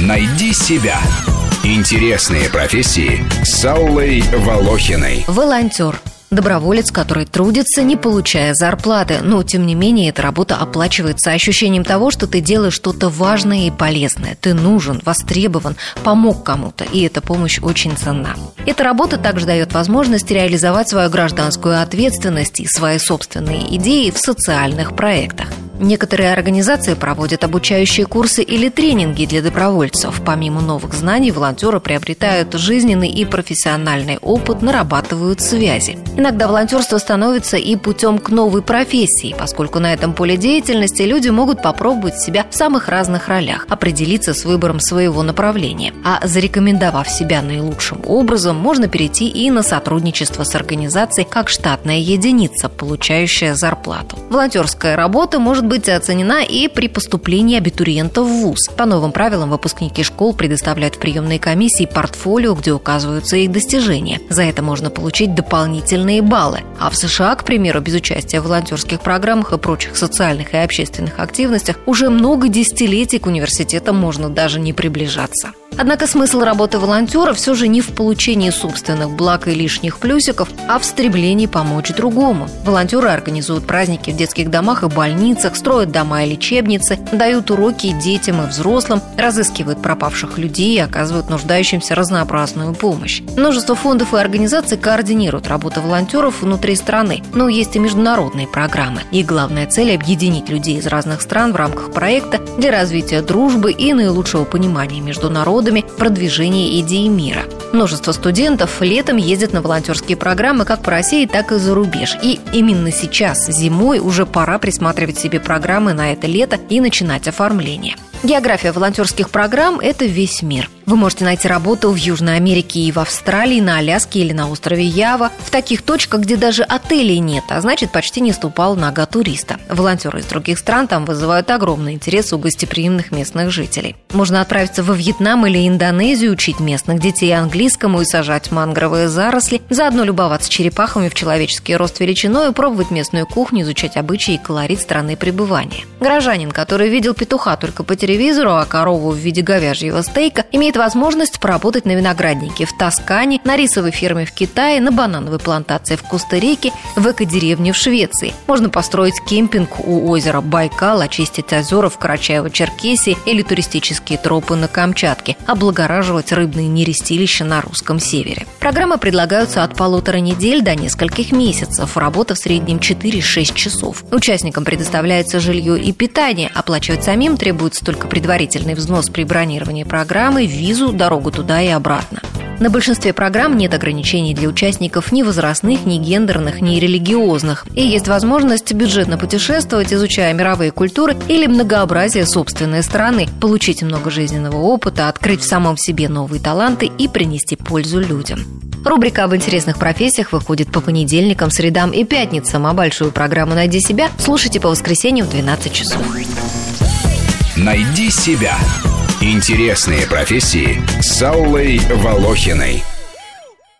Найди себя. Интересные профессии с Аллой Волохиной. Волонтер. Доброволец, который трудится, не получая зарплаты, но, тем не менее, эта работа оплачивается ощущением того, что ты делаешь что-то важное и полезное. Ты нужен, востребован, помог кому-то, и эта помощь очень ценна. Эта работа также дает возможность реализовать свою гражданскую ответственность и свои собственные идеи в социальных проектах. Некоторые организации проводят обучающие курсы или тренинги для добровольцев. Помимо новых знаний, волонтеры приобретают жизненный и профессиональный опыт, нарабатывают связи. Иногда волонтерство становится и путем к новой профессии, поскольку на этом поле деятельности люди могут попробовать себя в самых разных ролях, определиться с выбором своего направления. А зарекомендовав себя наилучшим образом, можно перейти и на сотрудничество с организацией как штатная единица, получающая зарплату. Волонтерская работа может быть оценена и при поступлении абитуриентов в вуз. По новым правилам выпускники школ предоставляют в приемной комиссии портфолио, где указываются их достижения. За это можно получить дополнительные баллы. А в США, к примеру, без участия в волонтерских программах и прочих социальных и общественных активностях уже много десятилетий к университетам можно даже не приближаться. Однако смысл работы волонтера все же не в получении собственных благ и лишних плюсиков, а в стремлении помочь другому. Волонтеры организуют праздники в детских домах и больницах, строят дома и лечебницы, дают уроки детям и взрослым, разыскивают пропавших людей и оказывают нуждающимся разнообразную помощь. Множество фондов и организаций координируют работу волонтеров внутри страны, но есть и международные программы. Их главная цель – объединить людей из разных стран в рамках проекта для развития дружбы и наилучшего понимания между народами, продвижения идеи мира. Множество студентов летом ездят на волонтерские программы как по России, так и за рубеж. И именно сейчас, зимой, уже пора присматривать себе программы на это лето и начинать оформление. География волонтерских программ – это весь мир. Вы можете найти работу в Южной Америке и в Австралии, на Аляске или на острове Ява, в таких точках, где даже отелей нет, а значит, почти не ступала нога туриста. Волонтеры из других стран там вызывают огромный интерес у гостеприимных местных жителей. Можно отправиться во Вьетнам или Индонезию, учить местных детей английскому и сажать мангровые заросли, заодно любоваться черепахами в человеческий рост величиной, пробовать местную кухню, изучать обычаи и колорит страны пребывания. Горожанин, который видел петуха только по телевизору, а корову в виде говяжьего стейка, имеет возможность поработать на винограднике в Тоскане, на рисовой ферме в Китае, на банановой плантации в Коста-Рике, в экодеревне в Швеции. Можно построить кемпинг у озера Байкал, очистить озера в Карачаево-Черкесии или туристические тропы на Камчатке, облагораживать рыбные нерестилища на русском севере. Программы предлагаются от 1,5 недели до нескольких месяцев. Работа в среднем 4-6 часов. Участникам предоставляется жилье и питание. Оплачивать самим требуется только предварительный взнос при бронировании программы, визу, дорогу туда и обратно. На большинстве программ нет ограничений для участников ни возрастных, ни гендерных, ни религиозных. И есть возможность бюджетно путешествовать, изучая мировые культуры или многообразие собственной страны, получить много жизненного опыта, открыть в самом себе новые таланты и принести пользу людям. Рубрика об интересных профессиях выходит по понедельникам, средам и пятницам, а большую программу «Найди себя» слушайте по воскресеньям в 12 часов. Найди себя. Интересные профессии с Аллой Волохиной.